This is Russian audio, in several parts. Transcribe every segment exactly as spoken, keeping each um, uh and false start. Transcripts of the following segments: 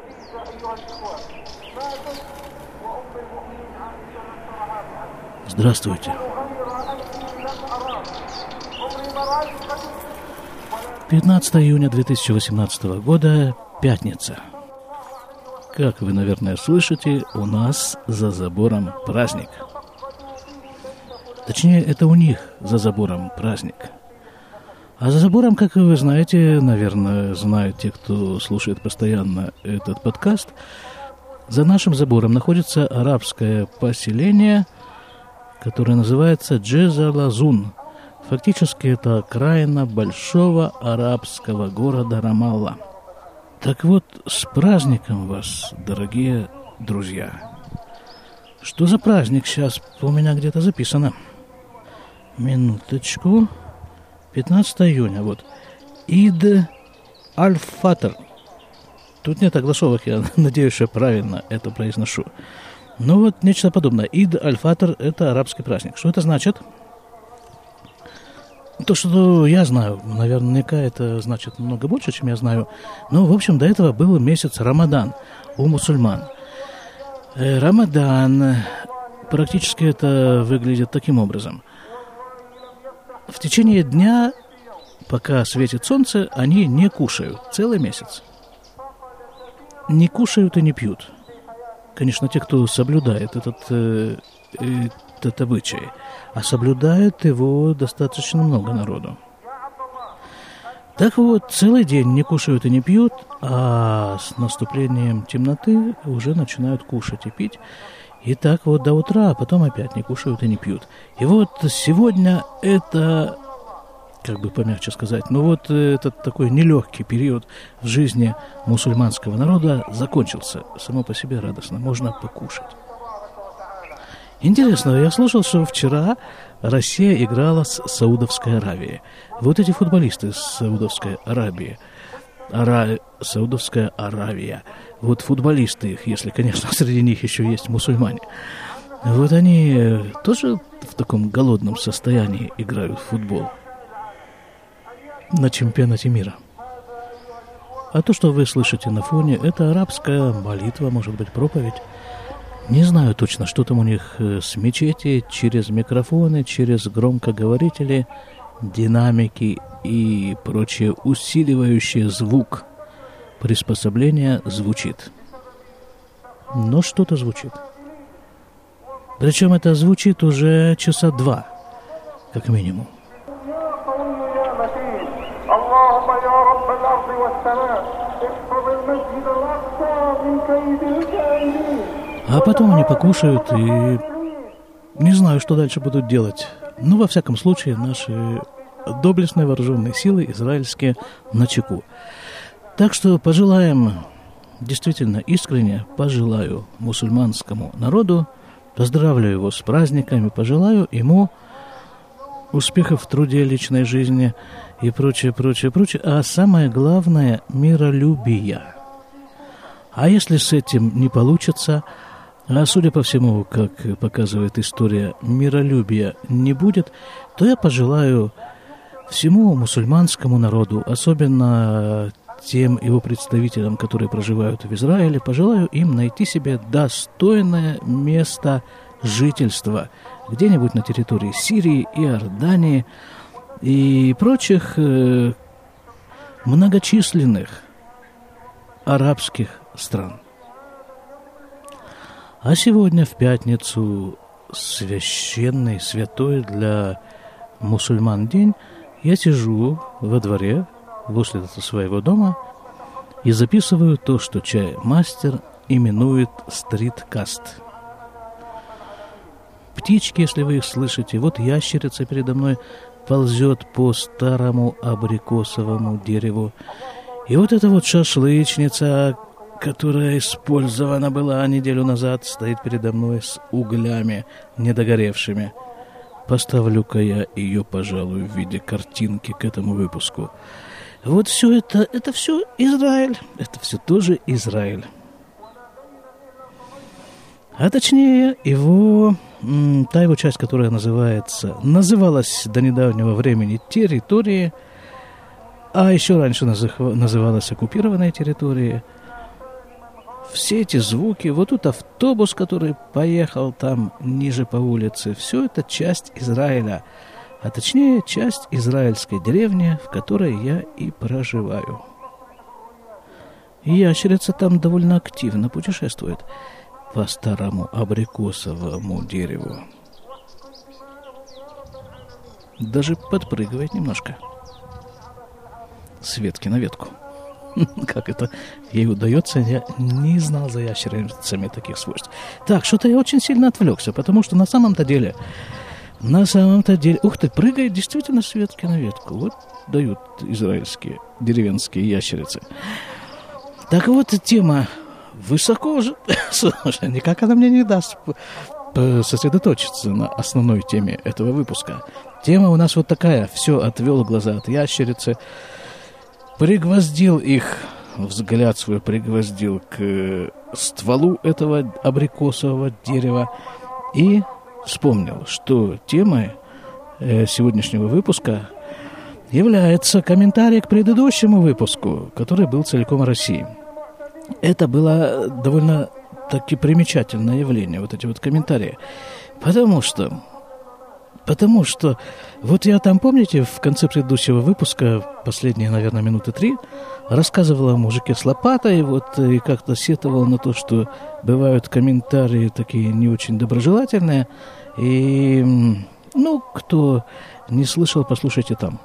Здравствуйте. пятнадцатое июня две тысячи восемнадцатого года, пятница. Как вы, наверное, слышите, у нас за забором праздник. Точнее, это у них за забором праздник. А за забором, как вы знаете, наверное, знают те, кто слушает постоянно этот подкаст, за нашим забором находится арабское поселение, которое называется Джезалазун. Фактически это окраина большого арабского города Рамалла. Так вот, с праздником вас, дорогие друзья. Что за праздник сейчас у меня где-то записано? Минуточку. пятнадцатое июня, вот. Ид Аль-Фатр. Тут нет огласовок, я надеюсь, что я правильно это произношу. Ну вот, нечто подобное. Ид Аль-Фатр – это арабский праздник. Что это значит? То, что я знаю, наверняка это значит много больше, чем я знаю. Но, в общем, до этого был месяц Рамадан у мусульман. Рамадан, практически это выглядит таким образом. В течение дня, пока светит солнце, они не кушают целый месяц. Не кушают и не пьют. Конечно, те, кто соблюдает этот, э, этот обычай. А соблюдает его достаточно много народу. Так вот, целый день не кушают и не пьют, а с наступлением темноты уже начинают кушать и пить. И так вот до утра, а потом опять не кушают и не пьют. И вот сегодня это, как бы помягче сказать, ну вот этот такой нелегкий период в жизни мусульманского народа закончился. Само по себе радостно, можно покушать. Интересно, я слышал, что вчера Россия играла с Саудовской Аравией. Вот эти футболисты с Саудовской Аравии, Ара... Саудовская Аравия, вот футболисты их, если, конечно, среди них еще есть мусульмане, вот они тоже в таком голодном состоянии играют в футбол на чемпионате мира. А то, что вы слышите на фоне, это арабская молитва, может быть, проповедь. Не знаю точно, что там у них с мечети, через микрофоны, через громкоговорители, динамики и прочее усиливающее звук приспособление звучит. Но что-то звучит. Причем это звучит уже часа два, как минимум. А потом они покушают и не знаю, что дальше будут делать. Ну, во всяком случае, наши доблестные вооруженные силы израильские начеку. Так что пожелаем, действительно искренне пожелаю мусульманскому народу, поздравлю его с праздниками, пожелаю ему успехов в труде, личной жизни и прочее, прочее, прочее. А самое главное – миролюбия. А если с этим не получится, а судя по всему, как показывает история, миролюбия не будет, то я пожелаю всему мусульманскому народу, особенно тем его представителям, которые проживают в Израиле, пожелаю им найти себе достойное место жительства где-нибудь на территории Сирии, Иордании и прочих э, многочисленных арабских стран. А сегодня, в пятницу, священный, святой для мусульман день, я сижу во дворе возле своего дома и записываю то, что чай-мастер именует стриткаст. Птички, если вы их слышите, вот ящерица передо мной ползет по старому абрикосовому дереву. И вот эта вот шашлычница, которая использована была неделю назад, стоит передо мной с углями недогоревшими. Поставлю-ка я ее, пожалуй, в виде картинки к этому выпуску. Вот все это, это все Израиль. Это все тоже Израиль. А точнее, его, та его часть, которая называется, называлась до недавнего времени территорией, а еще раньше называлась оккупированной территорией. все эти звуки, вот тут автобус, который поехал там ниже по улице, все это часть Израиля, а точнее часть израильской деревни, в которой я и проживаю. И ящерица там довольно активно путешествует по старому абрикосовому дереву. Даже подпрыгивает немножко с ветки на ветку. Как это ей удается, я не знал за ящерицами таких свойств. Так, что-то я очень сильно отвлекся, потому что на самом-то деле, на самом-то деле, ух ты, прыгает действительно с ветки на ветку. Вот дают израильские деревенские ящерицы. Так вот, тема высоко уже. Слушай, никак она мне не даст сосредоточиться на основной теме этого выпуска. Тема у нас вот такая. Все, отвел глаза от ящерицы, пригвоздил их, взгляд свой пригвоздил к стволу этого абрикосового дерева и вспомнил, что темой сегодняшнего выпуска является комментарий к предыдущему выпуску, который был целиком о России. Это было довольно-таки примечательное явление, вот эти вот комментарии. Потому что, потому что, вот я там, помните, в конце предыдущего выпуска, последние, наверное, минуты три, рассказывал о мужике с лопатой, вот, и как-то сетовал на то, что бывают комментарии такие не очень доброжелательные. И, ну, кто не слышал, послушайте там.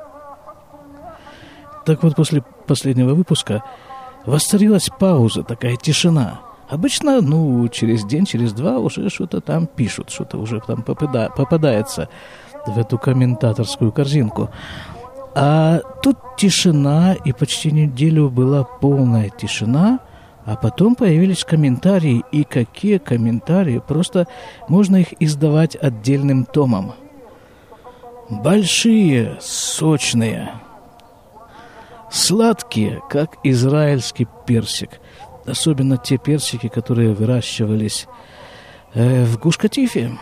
Так вот, после последнего выпуска воцарилась пауза, такая тишина. Обычно, ну, через день, через два уже что-то там пишут, что-то уже там попада- попадается в эту комментаторскую корзинку. А тут тишина, и почти неделю была полная тишина, а потом появились комментарии, и какие комментарии, просто можно их издавать отдельным томом. Большие, сочные, сладкие, как израильский персик. Особенно те персики, которые выращивались э, в Гуш-Катифе.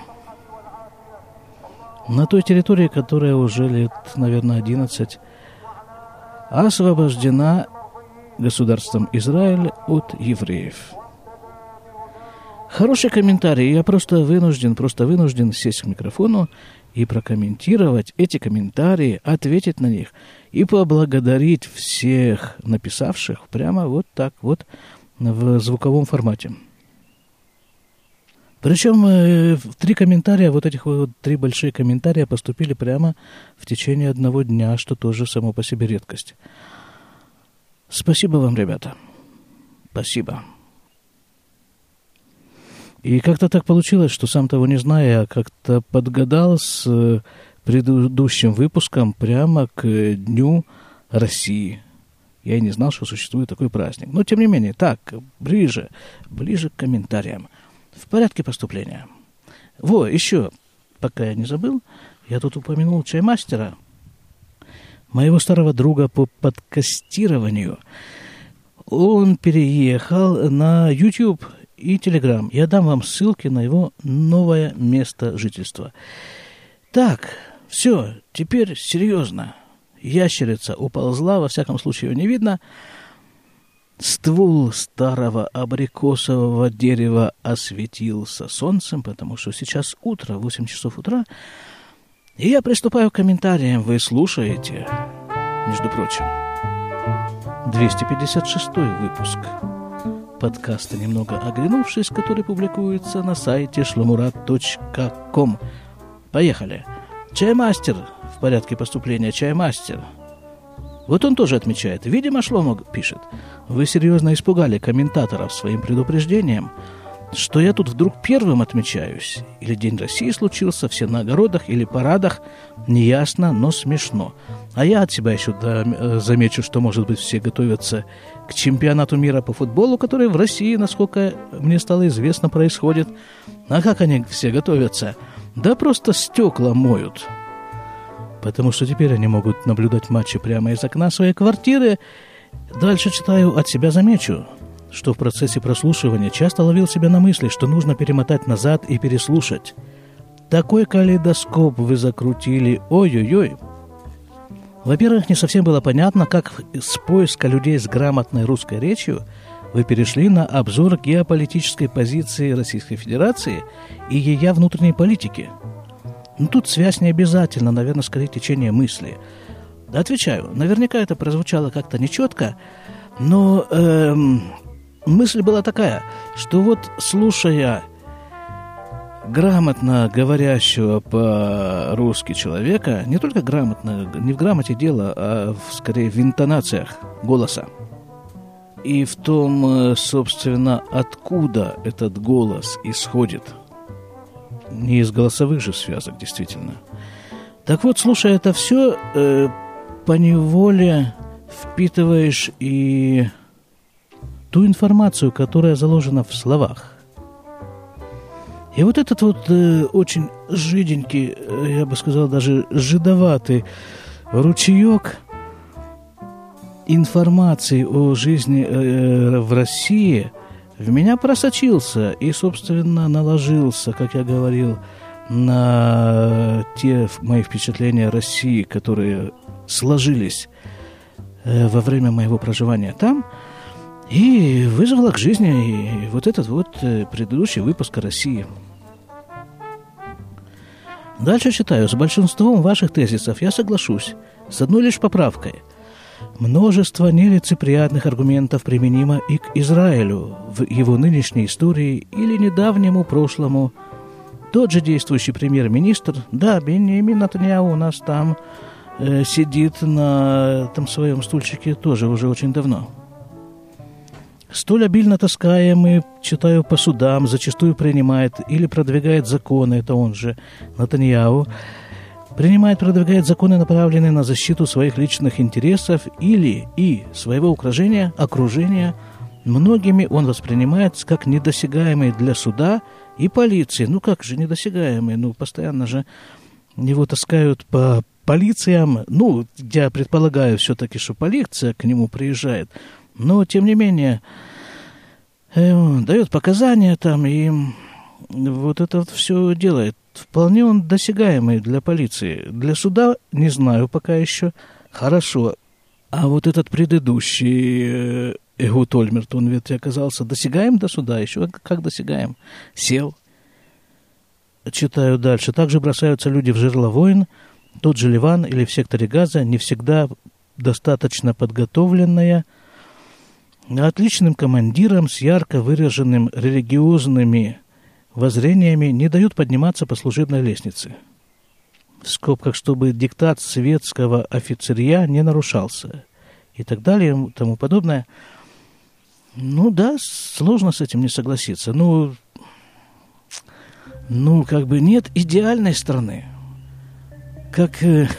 На той территории, которая уже лет, наверное, одиннадцать освобождена государством Израиль от евреев. Хороший комментарий. Я просто вынужден, просто вынужден сесть к микрофону и прокомментировать эти комментарии, ответить на них и поблагодарить всех написавших прямо вот так вот в звуковом формате. Причем э, три комментария, вот этих вот три большие комментария поступили прямо в течение одного дня, что тоже само по себе редкость. Спасибо вам, ребята. Спасибо. И как-то так получилось, что сам того не зная, я как-то подгадал с предыдущим выпуском прямо к Дню России. Я и не знал, что существует такой праздник. Но, тем не менее, так, ближе, ближе к комментариям. В порядке поступления. Во, еще, пока я не забыл, я тут упомянул чаймастера, моего старого друга по подкастированию. Он переехал на YouTube и Telegram. Я дам вам ссылки на его новое место жительства. Так, все, теперь серьезно. Ящерица уползла, во всяком случае ее не видно. Ствол старого абрикосового дерева осветился солнцем, потому что сейчас утро, восемь часов утра. И я приступаю к комментариям. Вы слушаете, между прочим, двести пятьдесят шестой выпуск подкаста «Немного оглянувшись», который публикуется на сайте шломурат точка ком. Поехали. Чаймастер в порядке поступления, чаймастер. Вот он тоже отмечает. Видимо, Шломо пишет: вы серьезно испугали комментаторов своим предупреждением, что я тут вдруг первым отмечаюсь. Или День России случился, все на огородах или парадах. Неясно, но смешно. А я от себя еще да, замечу, что, может быть, все готовятся к чемпионату мира по футболу, который в России, насколько мне стало известно, происходит. А как они все готовятся? Да просто стекла моют. Потому что теперь они могут наблюдать матчи прямо из окна своей квартиры. Дальше читаю, от себя замечу, что в процессе прослушивания часто ловил себя на мысли, что нужно перемотать назад и переслушать. Такой калейдоскоп вы закрутили, ой-ой-ой. Во-первых, не совсем было понятно, как с поиска людей с грамотной русской речью вы перешли на обзор геополитической позиции Российской Федерации и ее внутренней политики. Ну, тут связь не обязательно, наверное, скорее течение мысли. Да, отвечаю, наверняка это прозвучало как-то нечетко, но эм, мысль была такая, что вот слушая грамотно говорящего по-русски человека, не только грамотно, не в грамоте дело, а в, скорее в интонациях голоса, и в том, собственно, откуда этот голос исходит. Не из голосовых же связок, действительно. Так вот, слушая это все, э, поневоле впитываешь и ту информацию, которая заложена в словах. И вот этот вот э, очень жиденький, э, я бы сказал, даже жидоватый ручеек информации о жизни э, в России в меня просочился и, собственно, наложился, как я говорил, на те мои впечатления о России, которые сложились э, во время моего проживания там, и вызвало к жизни и вот этот вот э, предыдущий выпуск о России. Дальше читаю. С большинством ваших тезисов я соглашусь, с одной лишь поправкой. Множество нелицеприятных аргументов применимо и к Израилю в его нынешней истории или недавнему прошлому. Тот же действующий премьер-министр, да, Беньямин Нетаньяху у нас там э, сидит на этом своем стульчике тоже уже очень давно. Столь обильно таскаемый, читаю, по судам, зачастую принимает или продвигает законы, это он же, Нетаньяху, принимает, продвигает законы, направленные на защиту своих личных интересов или и своего окружения, окружения. Многими он воспринимается как недосягаемый для суда и полиции. Ну как же недосягаемый? Ну постоянно же его таскают по полициям. Ну, я предполагаю все-таки, что полиция к нему приезжает. Но, тем не менее, э, дает показания там и вот это вот все делает. Вполне он досягаемый для полиции. Для суда не знаю пока еще. Хорошо. А вот этот предыдущий Эхуд Ольмерт, он ведь оказался досягаем до суда. Еще как досягаем. Сел. Читаю дальше. Также бросаются люди в жерло войн. Тот же Ливан или в секторе Газа не всегда достаточно подготовленная, отличным командиром с ярко выраженными религиозными воззрениями не дают подниматься по служебной лестнице. В скобках, чтобы диктат светского офицерья не нарушался. И так далее, и тому подобное. Ну да, сложно с этим не согласиться. Ну, ну как бы нет идеальной страны. Как,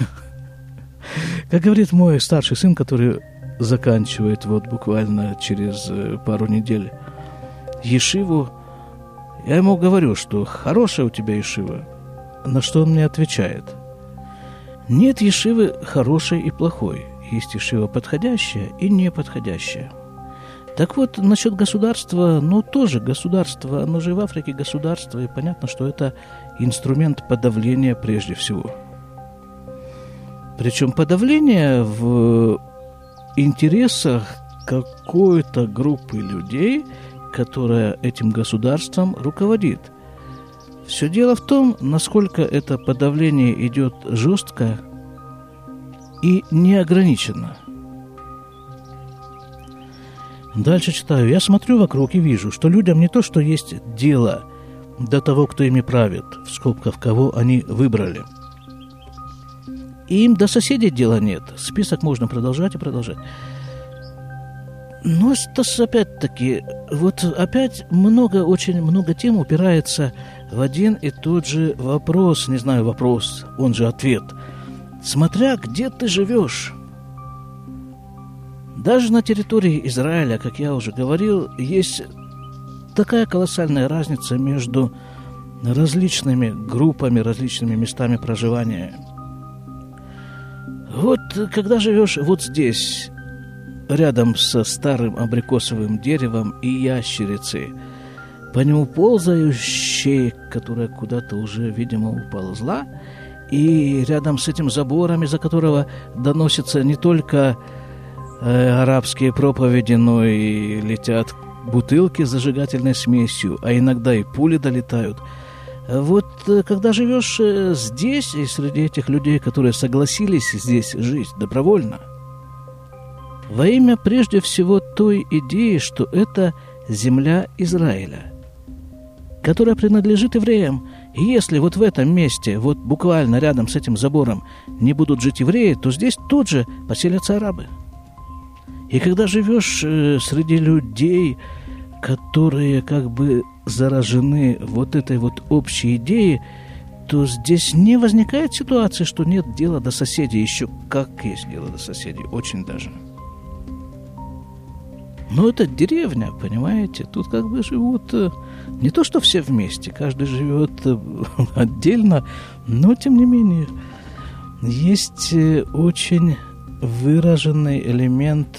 как говорит мой старший сын, который заканчивает вот буквально через пару недель ешиву, я ему говорю, что хорошая у тебя ешива, на что он мне отвечает: нет ешивы хорошей и плохой, есть ешива подходящая и неподходящая. Так вот, насчет государства, ну тоже государство, оно же в Африке государство, и понятно, что это инструмент подавления прежде всего. Причем подавление в интересах какой-то группы людей, которая этим государством руководит. Все дело в том, насколько это подавление идет жестко и неограниченно. Дальше читаю. Я смотрю вокруг и вижу, что людям не то, что есть дело до того, кто ими правит, в скобках, кого они выбрали. И им до соседей дела нет. Список можно продолжать и продолжать. Но это опять-таки, вот опять много, очень много тем упирается в один и тот же вопрос, не знаю, вопрос, он же ответ. Смотря где ты живешь. Даже на территории Израиля, как я уже говорил, есть такая колоссальная разница между различными группами, различными местами проживания. Вот когда живешь вот здесь, рядом со старым абрикосовым деревом и ящерицей, по нему ползающей, которая куда-то уже, видимо, уползла, и рядом с этим забором, из-за которого доносится не только э, арабские проповеди, но и летят бутылки с зажигательной смесью, а иногда и пули долетают. Вот когда живешь здесь, и среди этих людей, которые согласились здесь жить добровольно, во имя прежде всего той идеи, что это земля Израиля, которая принадлежит евреям. И если вот в этом месте, вот буквально рядом с этим забором не будут жить евреи, то здесь тут же поселятся арабы. И когда живешь э, среди людей, которые как бы заражены вот этой вот общей идеей, то здесь не возникает ситуации, что нет дела до соседей. Еще как есть дело до соседей, очень даже. Но это деревня, понимаете? Тут как бы живут не то, что все вместе, каждый живет отдельно, но тем не менее есть очень выраженный элемент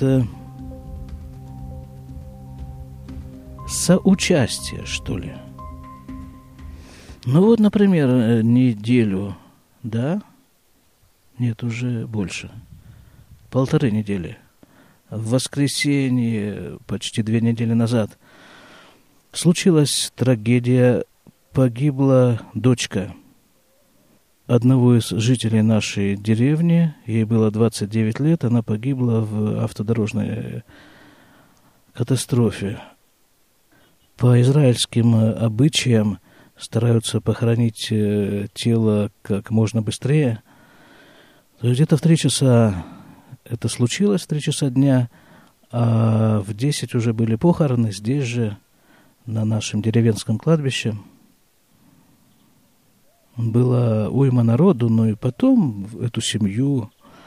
соучастия, что ли. Ну вот, например, неделю, да? Нет, уже больше. Полторы недели. В воскресенье, почти две недели назад, случилась трагедия. Погибла дочка одного из жителей нашей деревни. Ей было двадцать девять лет. Она погибла в автодорожной катастрофе. По израильским обычаям стараются похоронить тело как можно быстрее. То есть где-то в три часа это случилось, в три часа дня, а в десять уже были похороны здесь же, на нашем деревенском кладбище. Была уйма народу, но и потом эту семью,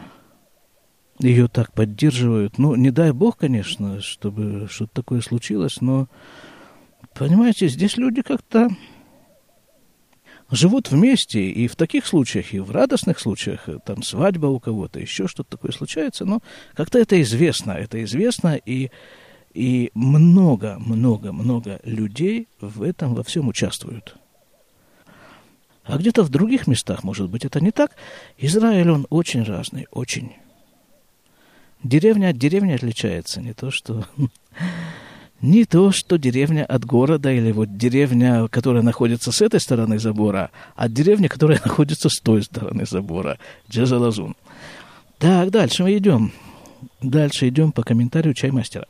ее так поддерживают. Ну, не дай бог, конечно, чтобы что-то такое случилось, но, понимаете, здесь люди как-то живут вместе, и в таких случаях, и в радостных случаях, там свадьба у кого-то, еще что-то такое случается, но как-то это известно, это известно, и, и много-много-много людей в этом во всем участвуют. А где-то в других местах, может быть, это не так. Израиль, он очень разный, очень. Деревня от деревни отличается, не то что... Не то, что деревня от города, или вот деревня, которая находится с этой стороны забора, а деревня, которая находится с той стороны забора. Джезалазун. Так, дальше мы идем. Дальше идем по комментарию чаймастера.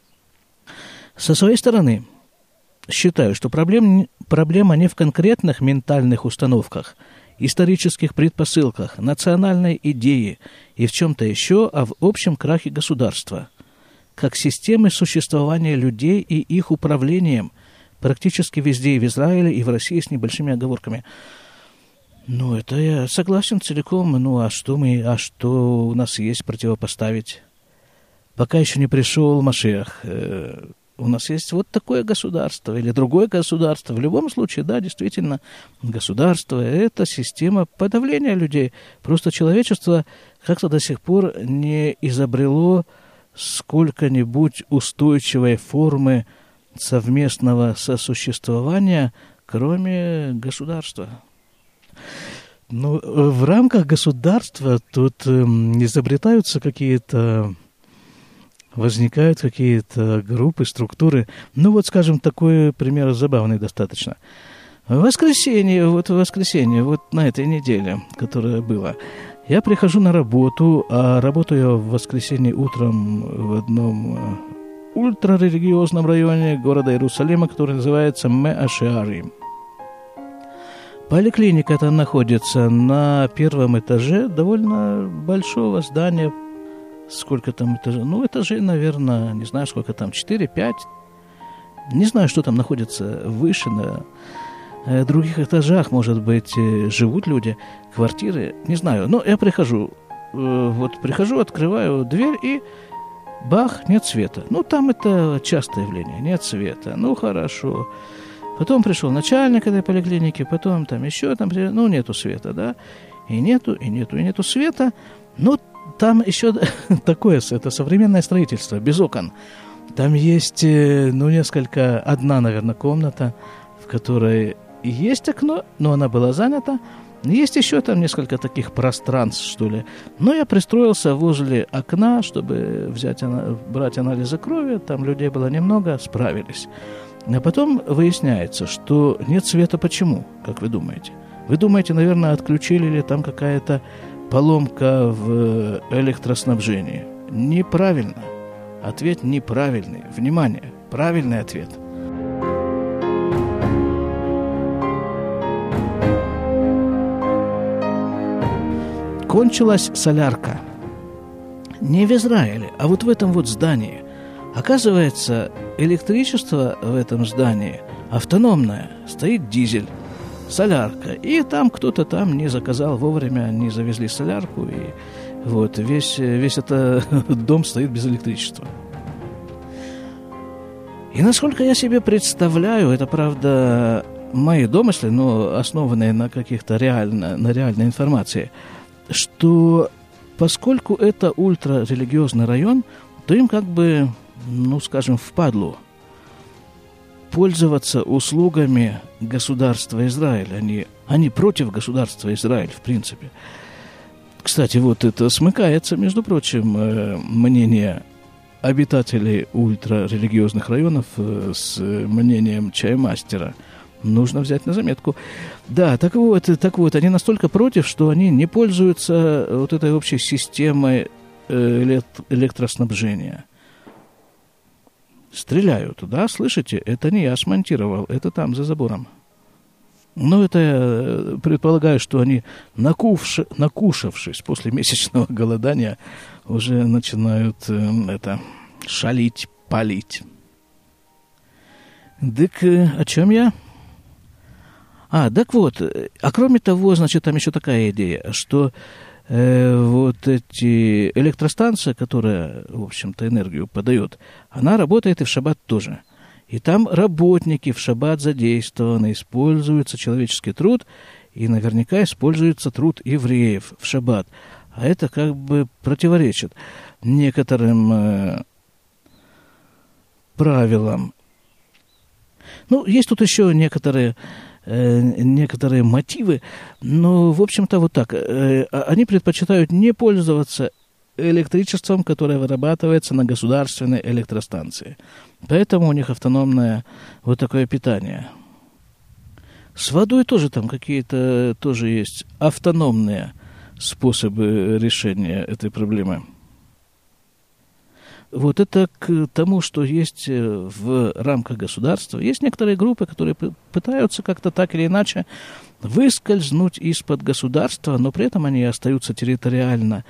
Со своей стороны, считаю, что проблем, проблема не в конкретных ментальных установках, исторических предпосылках, национальной идее и в чем-то еще, а в общем крахе государства, как системы существования людей и их управлением практически везде, и в Израиле, и в России, с небольшими оговорками. Ну, это я согласен целиком. Ну, а что мы, а что у нас есть противопоставить? Пока еще не пришел Машиах, э, у нас есть вот такое государство или другое государство. В любом случае, да, действительно, государство – это система подавления людей. Просто человечество как-то до сих пор не изобрело сколько-нибудь устойчивой формы совместного сосуществования, кроме государства. Но в рамках государства тут э, изобретаются какие-то, возникают какие-то группы, структуры. Ну вот, скажем, такой пример забавный достаточно. В воскресенье, вот в воскресенье, вот на этой неделе, которая была, я прихожу на работу, а работаю я в воскресенье утром в одном ультрарелигиозном районе города Иерусалима, который называется Меа-Шеарим. Поликлиника там находится на первом этаже довольно большого здания. Сколько там этажей? Ну, этажей, наверное, не знаю, сколько там, четыре-пять. Не знаю, что там находится выше, на других этажах, может быть, живут люди, квартиры, не знаю. Но я прихожу, вот прихожу, открываю дверь и бах, нет света. Ну, там это частое явление, нет света. Ну, хорошо. Потом пришел начальник этой поликлиники, потом там еще, там, ну, нету света, да. И нету, и нету, и нету света. Ну, там еще такое, это современное строительство, без окон. Там есть, ну, несколько, одна, наверное, комната, в которой есть окно, но она была занята. Есть еще там несколько таких пространств, что ли. Но я пристроился возле окна, чтобы взять, брать анализы крови. Там людей было немного, справились. А потом выясняется, что нет света. Почему, как вы думаете? Вы думаете, наверное, отключили ли там какая-то поломка в электроснабжении? Неправильно. Ответ неправильный. Внимание, правильный ответ. Кончилась солярка. Не в Израиле, а вот в этом вот здании. Оказывается, электричество в этом здании автономное. Стоит дизель, солярка. И там кто-то там не заказал вовремя, не завезли солярку. И вот весь, весь этот дом стоит без электричества. И насколько я себе представляю, это, правда, мои домыслы, но основанные на каких-то реально, на реальной информации, что поскольку это ультрарелигиозный район, то им как бы, ну, скажем, впадлу пользоваться услугами государства Израиль. Они, они против государства Израиль, в принципе. Кстати, вот это смыкается, между прочим, мнение обитателей ультрарелигиозных районов с мнением чаймастера. Нужно взять на заметку. Да, так вот, так вот, они настолько против, что они не пользуются вот этой общей системой электроснабжения. Стреляют, да, слышите? Это не я смонтировал, это там, за забором. Ну, это я предполагаю, что они, накувши, накушавшись после месячного голодания, уже начинают это, шалить, палить. Так о чем я? А, так вот, а кроме того, значит, там еще такая идея, что э, вот эти электростанции, которая, в общем-то, энергию подает, она работает и в шаббат тоже. И там работники в шаббат задействованы, используется человеческий труд, и наверняка используется труд евреев в шаббат. А это как бы противоречит некоторым э, правилам. Ну, есть тут еще некоторые... некоторые мотивы, но, в общем-то, вот так. Они предпочитают не пользоваться электричеством, которое вырабатывается на государственной электростанции. Поэтому у них автономное вот такое питание. С водой тоже там какие-то тоже есть автономные способы решения этой проблемы. Вот это к тому, что есть в рамках государства. Есть некоторые группы, которые пытаются как-то так или иначе выскользнуть из-под государства, но при этом они остаются территориально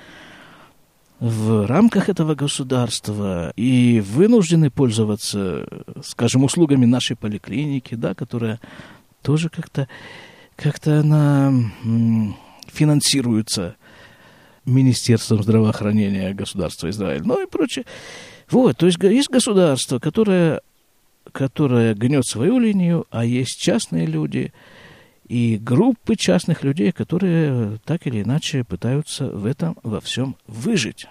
в рамках этого государства и вынуждены пользоваться, скажем, услугами нашей поликлиники, да, которая тоже как-то, как-то она финансируется Министерством здравоохранения государства Израиль, ну и прочее. Вот, то есть есть государство, которое, которое гнет свою линию, а есть частные люди и группы частных людей, которые так или иначе пытаются в этом во всем выжить.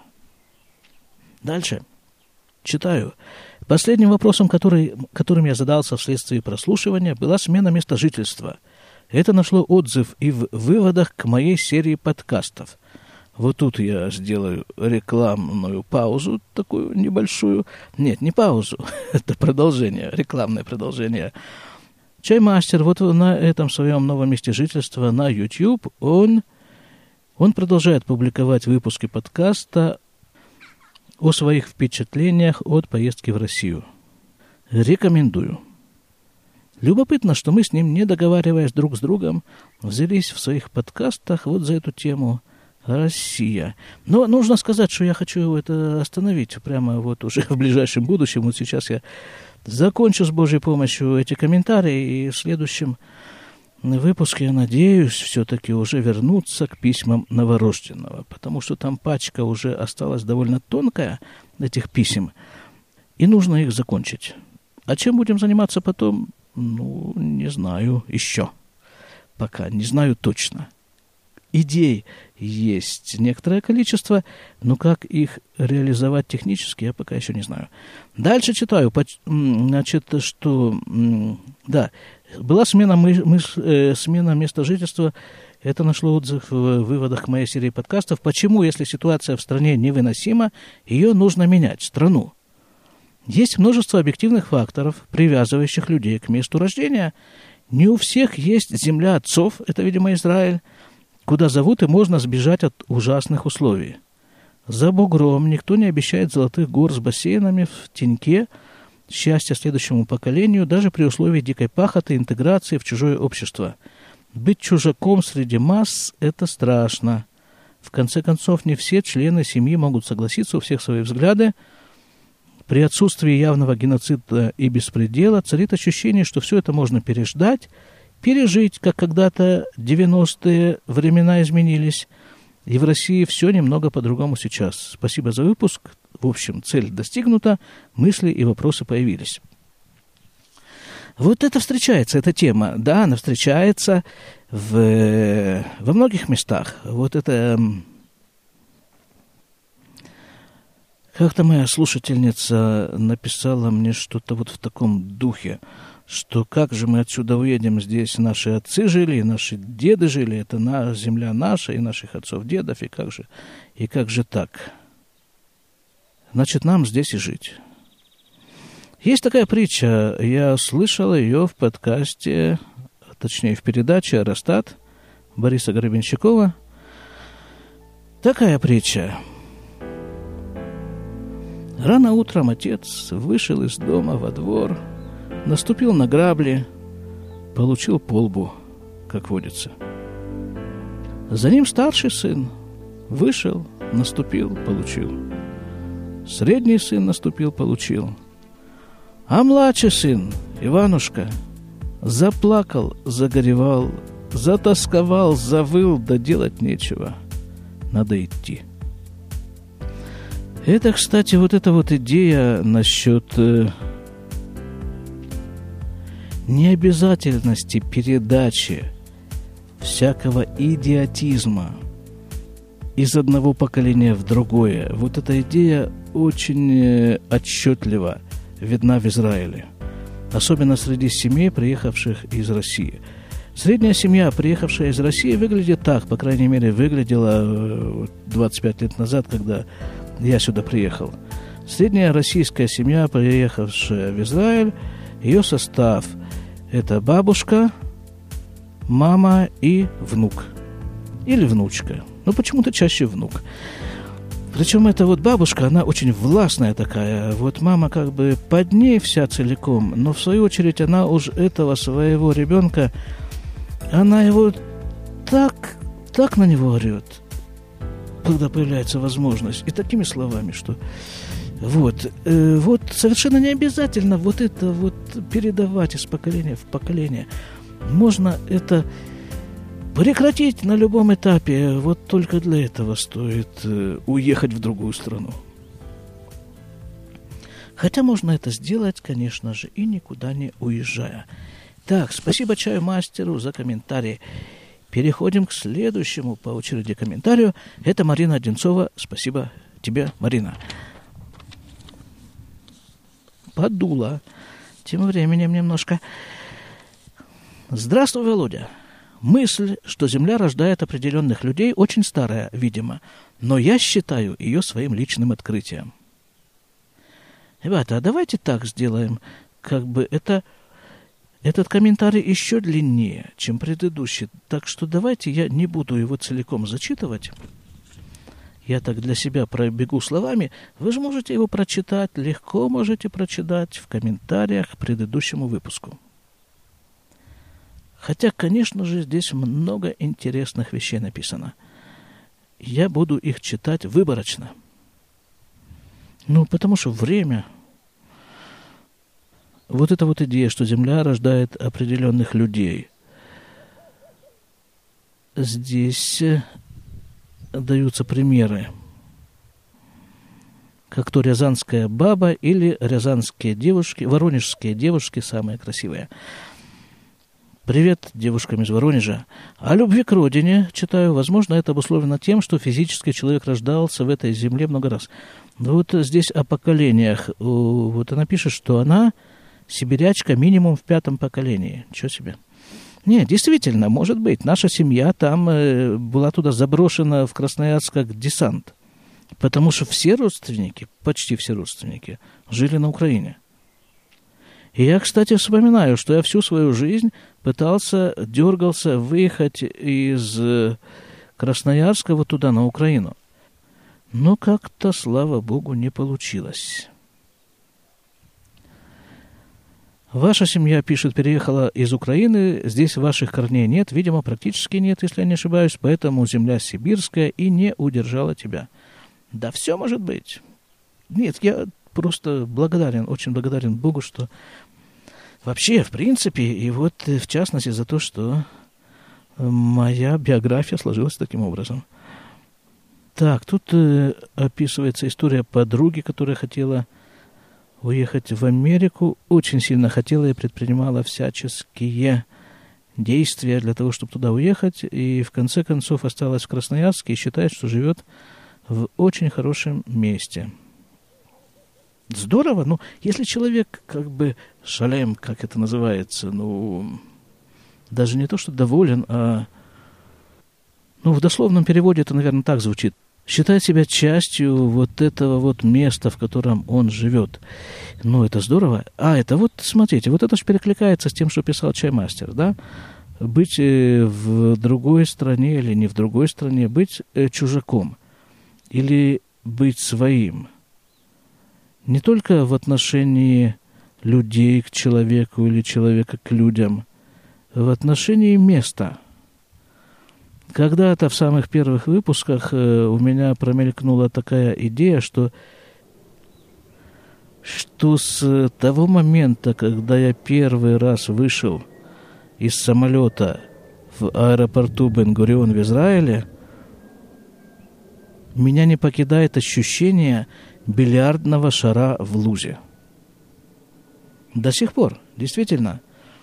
Дальше. Читаю. Последним вопросом, который, которым я задался вследствие прослушивания, была смена места жительства. Это нашло отзыв и в выводах к моей серии подкастов. Вот тут я сделаю рекламную паузу, такую небольшую. Нет, не паузу, это продолжение, рекламное продолжение. Чаймастер, вот на этом своем новом месте жительства на YouTube, он, он продолжает публиковать выпуски подкаста о своих впечатлениях от поездки в Россию. Рекомендую. Любопытно, что мы с ним, не договариваясь друг с другом, взялись в своих подкастах вот за эту тему Россия. Но нужно сказать, что я хочу это остановить прямо вот уже в ближайшем будущем. Вот сейчас я закончу с Божьей помощью эти комментарии, и в следующем выпуске, я надеюсь, все-таки уже вернуться к письмам новорожденного, потому что там пачка уже осталась довольно тонкая, этих писем, и нужно их закончить. А чем будем заниматься потом? Ну, не знаю еще. Пока не знаю точно. Идей есть некоторое количество, но как их реализовать технически, я пока еще не знаю. Дальше читаю, значит, что, да, была смена, мы, мы, э, смена места жительства Это нашло отзыв в выводах к моей серии подкастов. Почему, если ситуация в стране невыносима, ее нужно менять, страну? Есть множество объективных факторов, привязывающих людей к месту рождения. Не у всех есть земля отцов, это, видимо, Израиль, куда зовут и можно сбежать от ужасных условий. За бугром никто не обещает золотых гор с бассейнами в теньке, счастья следующему поколению, даже при условии дикой пахоты, интеграции в чужое общество. Быть чужаком среди масс – это страшно. В конце концов, не все члены семьи могут согласиться, у всех свои взгляды. При отсутствии явного геноцида и беспредела царит ощущение, что все это можно переждать, пережить, как когда-то девяностые времена изменились. И в России все немного по-другому сейчас. Спасибо за выпуск. В общем, цель достигнута, мысли и вопросы появились. Вот это встречается, эта тема. Да, она встречается в, во многих местах. Вот это... Как-то моя слушательница написала мне что-то вот в таком духе, что как же мы отсюда уедем, здесь наши отцы жили, и наши деды жили, это на, земля наша, и наших отцов, дедов, и как же, и как же так? Значит, нам здесь и жить. Есть такая притча, я слышал ее в подкасте, точнее в передаче «Аэростат» Бориса Гребенщикова. Такая притча. Рано утром отец вышел из дома во двор, наступил на грабли, получил по лбу, как водится. За ним старший сын вышел, наступил, получил. Средний сын наступил, получил. А младший сын, Иванушка, заплакал, загоревал, затасковал, завыл, да делать нечего. Надо идти. Это, кстати, вот эта вот идея насчет э, необязательности передачи всякого идиотизма из одного поколения в другое. Вот эта идея очень э, отчетливо видна в Израиле. Особенно среди семей, приехавших из России. Средняя семья, приехавшая из России, выглядит так, по крайней мере, выглядела двадцать пять лет назад, когда я сюда приехал. Средняя российская семья, приехавшая в Израиль, ее состав – это бабушка, мама и внук. Или внучка. Но почему-то чаще внук. Причем эта вот бабушка, она очень властная такая. Вот мама как бы под ней вся целиком, но в свою очередь она уж этого своего ребенка, она его так, так на него орет, когда появляется возможность, и такими словами, что вот, э, вот совершенно не обязательно вот это вот передавать из поколения в поколение. Можно это прекратить на любом этапе, вот только для этого стоит э, уехать в другую страну. Хотя можно это сделать, конечно же, и никуда не уезжая. Так, спасибо чаю-мастеру за комментарий. Переходим к следующему по очереди комментарию. Это Марина Одинцова. Спасибо тебе, Марина. Подула. Тем временем немножко. Здравствуй, Володя. Мысль, что Земля рождает определенных людей, очень старая, видимо. Но я считаю ее своим личным открытием. Ребята, а давайте так сделаем. Как бы это... Этот комментарий еще длиннее, чем предыдущий, так что давайте я не буду его целиком зачитывать. Я так для себя пробегу словами. Вы же можете его прочитать, легко можете прочитать в комментариях к предыдущему выпуску. Хотя, конечно же, здесь много интересных вещей написано. Я буду их читать выборочно. Ну, потому что время... Вот эта вот идея, что Земля рождает определенных людей. Здесь даются примеры, как то рязанская баба или рязанские девушки, воронежские девушки самые красивые. Привет девушкам из Воронежа. О любви к родине читаю. Возможно, это обусловлено тем, что физически человек рождался в этой земле много раз. Вот здесь о поколениях. Вот она пишет, что она... Сибирячка минимум в пятом поколении. Чего себе? Нет, действительно, может быть. Наша семья там э, была туда заброшена в Красноярск как десант. Потому что все родственники, почти все родственники, жили на Украине. И я, кстати, вспоминаю, что я всю свою жизнь пытался, дергался выехать из Красноярска вот туда, на Украину. Но как-то, слава богу, не получилось. Ваша семья, пишет, переехала из Украины, здесь ваших корней нет, видимо, практически нет, если я не ошибаюсь, поэтому земля сибирская и не удержала тебя. Да все может быть. Нет, я просто благодарен, очень благодарен Богу, что вообще, в принципе, и вот в частности за то, что моя биография сложилась таким образом. Так, тут э, описывается история подруги, которая хотела уехать в Америку, очень сильно хотела и предпринимала всяческие действия для того, чтобы туда уехать, и в конце концов осталась в Красноярске и считает, что живет в очень хорошем месте. Здорово, ну, если человек как бы шалем, как это называется, ну, даже не то, что доволен, а, ну, в дословном переводе это, наверное, так звучит. Считает себя частью вот этого вот места, в котором он живет. Ну, это здорово. А, это вот, смотрите, вот это же перекликается с тем, что писал Чаймастер, да? Быть в другой стране или не в другой стране, быть чужаком или быть своим. Не только в отношении людей к человеку или человека к людям, в отношении места. Когда-то в самых первых выпусках э, у меня промелькнула такая идея, что, что с того момента, когда я первый раз вышел из самолета в аэропорту Бен-Гурион в Израиле, меня не покидает ощущение бильярдного шара в луже. До сих пор, действительно.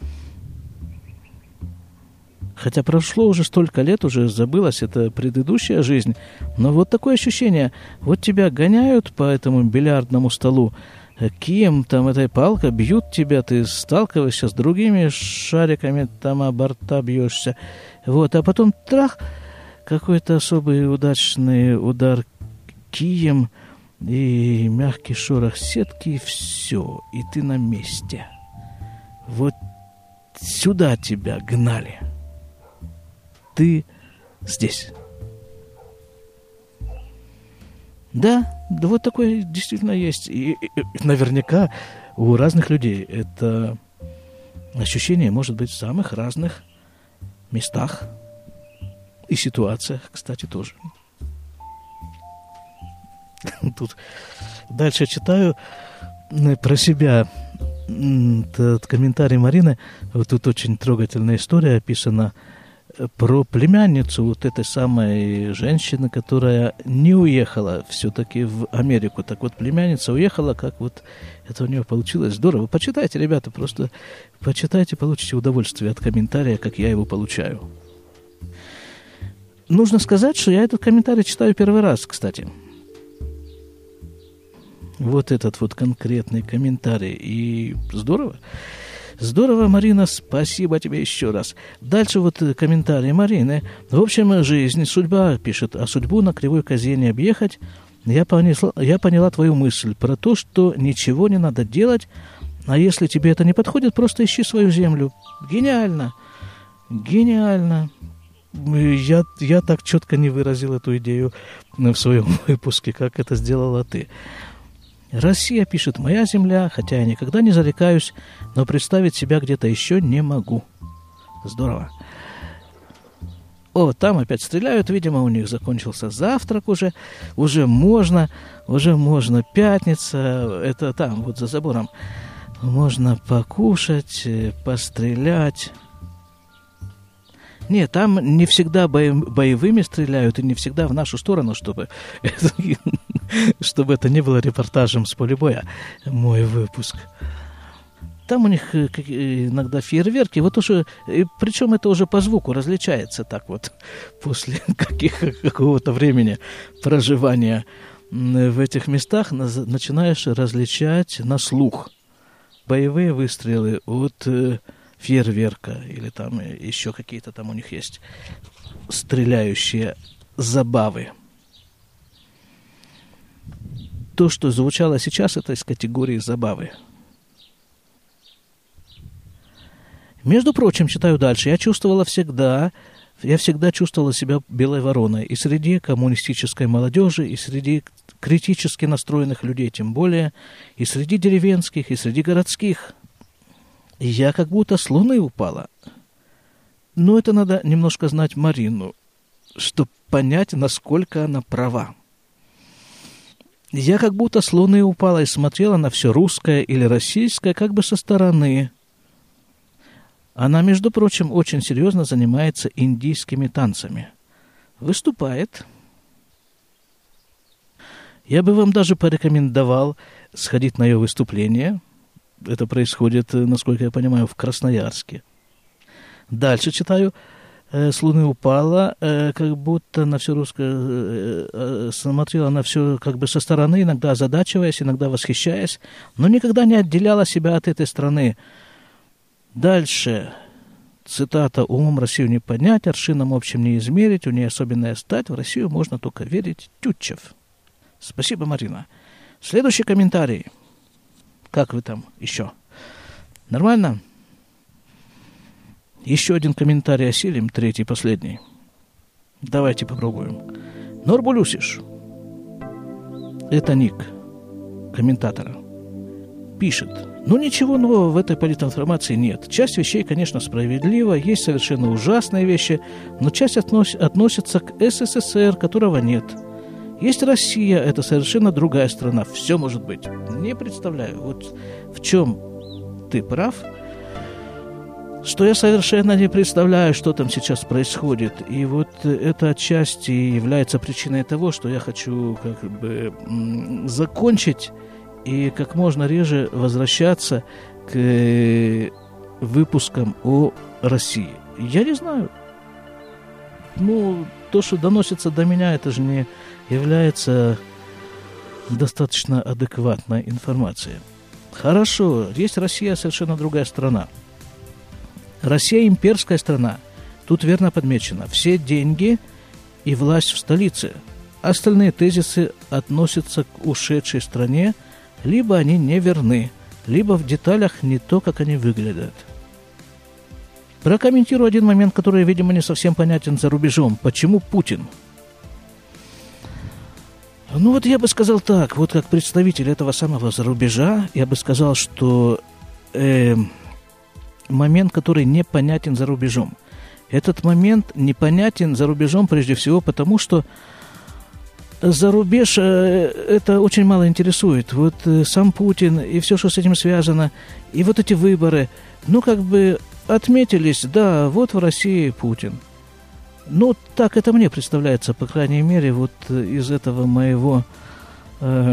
Хотя прошло уже столько лет, уже забылась эта предыдущая жизнь, но вот такое ощущение, вот тебя гоняют по этому бильярдному столу, кием там этой палкой, бьют тебя, ты сталкиваешься с другими шариками, там о борта бьешься, вот, а потом трах, какой-то особый удачный удар кием и мягкий шорох сетки, и все, и ты на месте. Вот сюда тебя гнали. Ты здесь. Да, да, вот такое действительно есть. И, и, и наверняка у разных людей это ощущение может быть в самых разных местах и ситуациях, кстати, тоже. Тут дальше читаю про себя этот комментарий Марины. Вот тут очень трогательная история описана про племянницу вот этой самой женщины, которая не уехала все-таки в Америку. Так вот, племянница уехала, как вот это у нее получилось. Здорово. Почитайте, ребята, просто почитайте, получите удовольствие от комментария, как я его получаю. Нужно сказать, что я этот комментарий читаю первый раз, кстати. Вот этот вот конкретный комментарий. И здорово. Здорово, Марина, спасибо тебе еще раз. Дальше вот комментарий Марины. В общем, жизнь, судьба, пишет, а судьбу на кривой козе не объехать. Я понесла, я поняла твою мысль про то, что ничего не надо делать, а если тебе это не подходит, просто ищи свою землю. Гениально. Гениально. Я, я так четко не выразил эту идею в своем выпуске, как это сделала ты. Россия, пишет, моя земля, хотя я никогда не зарекаюсь, но представить себя где-то еще не могу. Здорово. О, там опять стреляют, видимо, у них закончился завтрак уже, уже можно, уже можно, пятница, это там, вот за забором, можно покушать, пострелять. Нет, там не всегда боевыми стреляют и не всегда в нашу сторону, чтобы это, чтобы это не было репортажем с поля боя, мой выпуск. Там у них иногда фейерверки, вот уже, причем это уже по звуку различается так вот, после каких, какого-то времени проживания в этих местах начинаешь различать на слух боевые выстрелы от фейерверка или там еще какие-то там у них есть стреляющие забавы. То, что звучало сейчас, это из категории забавы. Между прочим, читаю дальше, я чувствовала всегда, я всегда чувствовала себя белой вороной и среди коммунистической молодежи, и среди критически настроенных людей, тем более, и среди деревенских, и среди городских. Я как будто с луны упала. Но это надо немножко знать Марину, чтобы понять, насколько она права. Я как будто с луны упала и смотрела на все русское или российское как бы со стороны. Она, между прочим, очень серьезно занимается индийскими танцами. Выступает. Я бы вам даже порекомендовал сходить на ее выступление. Это происходит, насколько я понимаю, в Красноярске. Дальше читаю. С луны упала, как будто на все русское, смотрела на все как бы со стороны, иногда озадачиваясь, иногда восхищаясь, но никогда не отделяла себя от этой страны. Дальше, цитата: «Умом Россию не поднять, аршином общим не измерить, у нее особенная стать, в Россию можно только верить». Тютчев. Спасибо, Марина. Следующий комментарий. Как вы там еще? Нормально? Еще один комментарий осилим, третий, последний. Давайте попробуем. Норбулюсиш. Это ник комментатора. Пишет: ну ничего нового в этой политинформации нет. Часть вещей, конечно, справедлива, есть совершенно ужасные вещи, но часть относ- относится к СССР, которого нет. Есть Россия, это совершенно другая страна. Все может быть. Не представляю, вот в чем ты прав, что я совершенно не представляю, что там сейчас происходит. И вот это отчасти является причиной того, что я хочу как бы закончить и как можно реже возвращаться к выпускам о России. Я не знаю. Ну, то, что доносится до меня, это же не является достаточно адекватной информацией. Хорошо, есть Россия, совершенно другая страна. Россия имперская страна. Тут верно подмечено. Все деньги и власть в столице. Остальные тезисы относятся к ушедшей стране, либо они неверны, либо в деталях не то, как они выглядят. Прокомментирую один момент, который, видимо, не совсем понятен за рубежом. Почему Путин? Ну вот я бы сказал так, вот как представитель этого самого зарубежа, я бы сказал, что э, момент, который непонятен за рубежом. Этот момент непонятен за рубежом прежде всего потому, что за рубеж э, это очень мало интересует. Вот э, сам Путин и все, что с этим связано, и вот эти выборы, ну как бы отметились, да, вот в России Путин. Ну, так это мне представляется, по крайней мере, вот из этого моего э,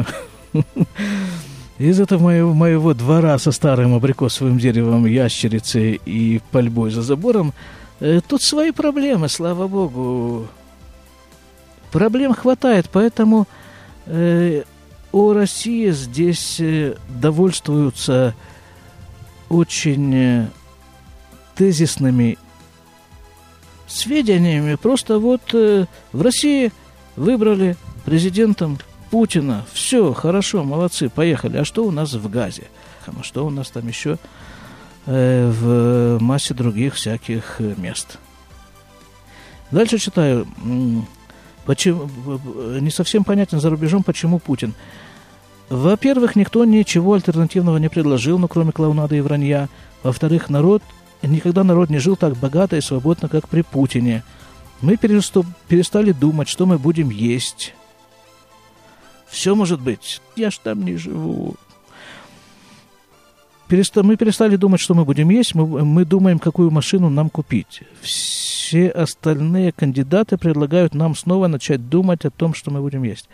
из этого моего, моего двора со старым абрикосовым деревом, ящерицей и пальбой за забором, э, тут свои проблемы, слава богу. Проблем хватает, поэтому э, о России здесь э, довольствуются очень э, тезисными сведениями. Просто вот э, в России выбрали президентом Путина. Все, хорошо, молодцы, поехали. А что у нас в Газе? А что у нас там еще э, в массе других всяких мест? Дальше читаю. Почему, не совсем понятен за рубежом, почему Путин. Во-первых, никто ничего альтернативного не предложил, ну, кроме клоунады и вранья. Во-вторых, народ Никогда народ не жил так богато и свободно, как при Путине. Мы перестали думать, что мы будем есть. Все может быть. Я ж там не живу. Переста... Мы перестали думать, что мы будем есть. Мы, мы думаем, какую машину нам купить. Все остальные кандидаты предлагают нам снова начать думать о том, что мы будем есть.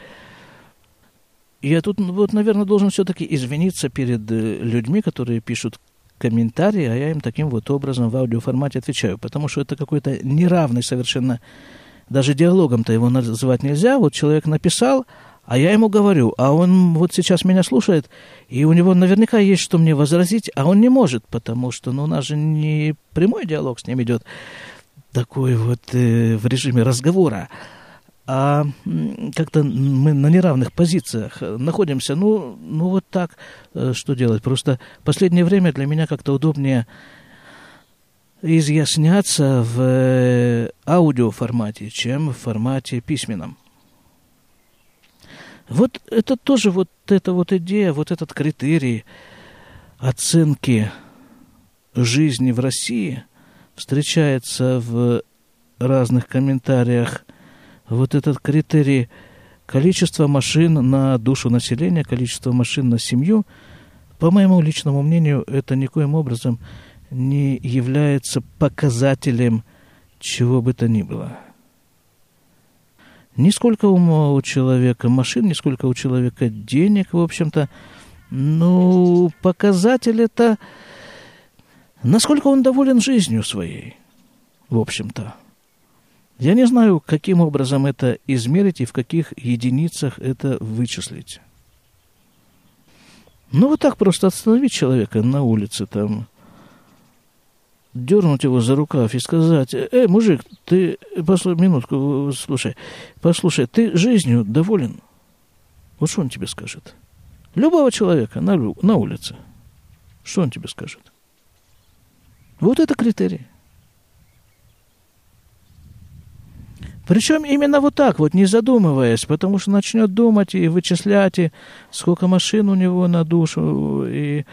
Я тут, вот, наверное, должен все-таки извиниться перед людьми, которые пишут комментарии, а я им таким вот образом в аудиоформате отвечаю, потому что это какой-то неравный совершенно, даже диалогом-то его называть нельзя. Вот человек написал, А я ему говорю, а он вот сейчас меня слушает, и у него наверняка есть что мне возразить, а он не может, потому что ну, у нас же не прямой диалог с ним идет, такой вот э, в режиме разговора, а как-то мы на неравных позициях находимся. Ну, ну вот так, э, что делать? Просто в последнее время для меня как-то удобнее изъясняться в э, аудиоформате, чем в формате письменном. Вот это тоже вот эта вот идея, вот этот критерий оценки жизни в России встречается в разных комментариях. Вот этот критерий количества машин на душу населения, количество машин на семью, по моему личному мнению, это никоим образом не является показателем чего бы то ни было. Ни сколько ума у человека машин, ни сколько у человека денег, в общем-то. Ну, показатель это, насколько он доволен жизнью своей, в общем-то. Я не знаю, каким образом это измерить и в каких единицах это вычислить. Ну, вот так просто остановить человека на улице, там, дернуть его за рукав и сказать: «Эй, мужик, ты, послушай, минутку, слушай, послушай, ты жизнью доволен?» Вот что он тебе скажет? Любого человека на, на улице. Что он тебе скажет? Вот это критерий. Причем именно вот так вот, не задумываясь, потому что начнет думать и вычислять, и сколько машин у него на душу, и,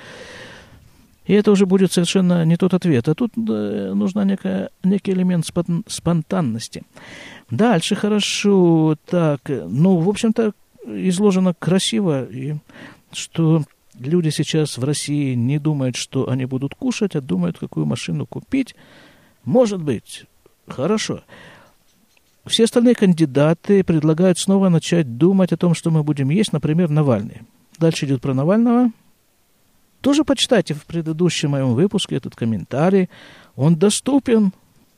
и это уже будет совершенно не тот ответ. А тут да, нужна некая, некий элемент спон, спонтанности. Дальше хорошо, так, ну, в общем-то, изложено красиво, и что люди сейчас в России не думают, что они будут кушать, а думают, какую машину купить. Может быть, хорошо. Все остальные кандидаты предлагают снова начать думать о том, что мы будем есть, например, Навальный. Дальше идет про Навального. Тоже почитайте в предыдущем моем выпуске этот комментарий. Он доступен.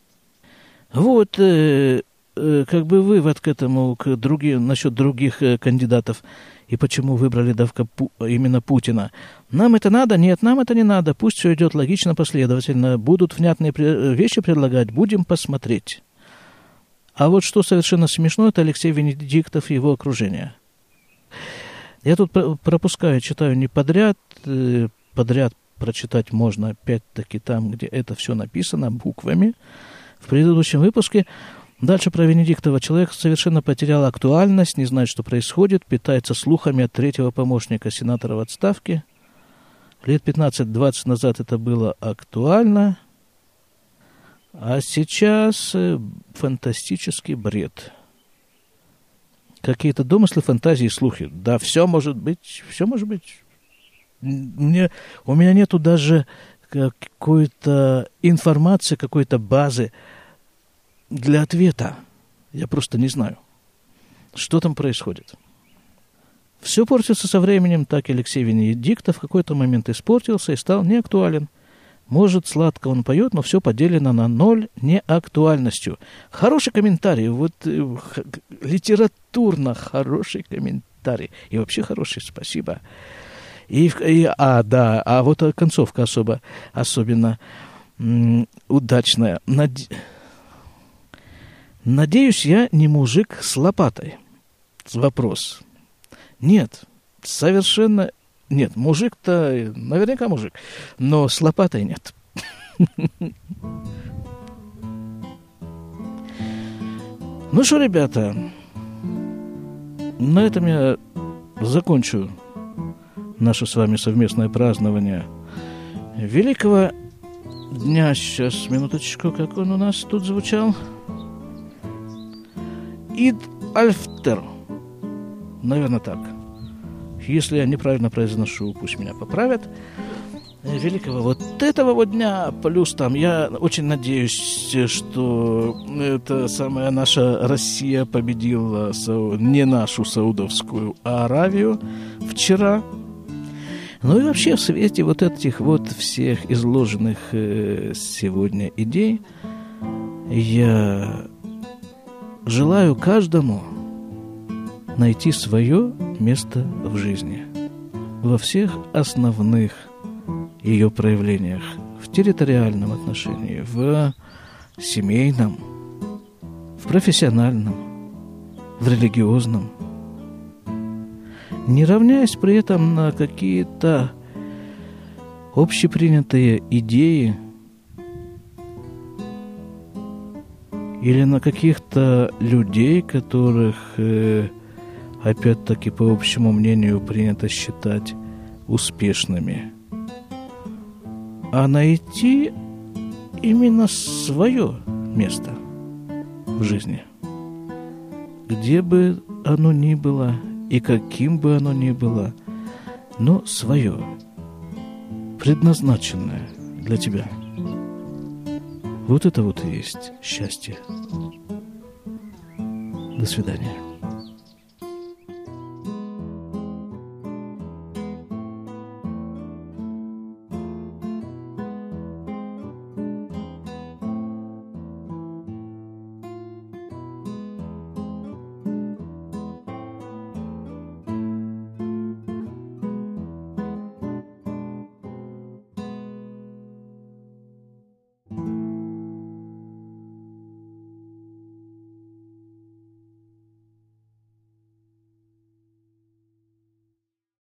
Вот, э, э, как бы вывод к этому, к другим, насчет других э, кандидатов и почему выбрали давка Пу, именно Путина. Нам это надо? Нет, нам это не надо. Пусть все идет логично, последовательно. Будут внятные вещи предлагать, будем посмотреть. А вот что совершенно смешно, это Алексей Венедиктов и его окружение. Я тут пропускаю, читаю не подряд. Подряд прочитать можно опять-таки там, где это все написано буквами. В предыдущем выпуске. Дальше про Венедиктова. Человек совершенно потерял актуальность, не знает, что происходит, питается слухами от третьего помощника сенатора в отставке. Лет пятнадцать-двадцать назад это было актуально. А сейчас э, фантастический бред. Какие-то домыслы, фантазии, слухи. Да, все может быть, все может быть. Мне, у меня нету даже какой-то информации, какой-то базы для ответа. Я просто не знаю, что там происходит. Все портится со временем. Так Алексей Венедиктов в какой-то момент испортился и стал неактуален. Может, сладко он поет, но все поделено на ноль неактуальностью. Хороший комментарий, вот э, х, литературно хороший комментарий. И вообще хороший, спасибо. И, и, а, да, а вот концовка особо, особенно м, удачная. Наде... Надеюсь, я не мужик с лопатой. Вопрос. Нет, совершенно... Нет, мужик-то, наверняка мужик, но с лопатой нет. Ну что, ребята, на этом я закончу наше с вами совместное празднование великого дня. Сейчас, минуточку, как он у нас тут звучал. Ид аль-Фитр. Наверное, так. Если я неправильно произношу, пусть меня поправят. Великого вот этого вот дня. Плюс там я очень надеюсь, что это самая наша Россия победила не нашу Саудовскую Аравию вчера. Ну и вообще в свете вот этих вот всех изложенных сегодня идей я желаю каждому найти свое место в жизни во всех основных ее проявлениях, в территориальном отношении, в семейном, в профессиональном, в религиозном, не равняясь при этом на какие-то общепринятые идеи или на каких-то людей, которых, э, опять-таки, по общему мнению, принято считать успешными, а найти именно свое место в жизни, где бы оно ни было и каким бы оно ни было, но свое, предназначенное для тебя. Вот это вот и есть счастье. До свидания.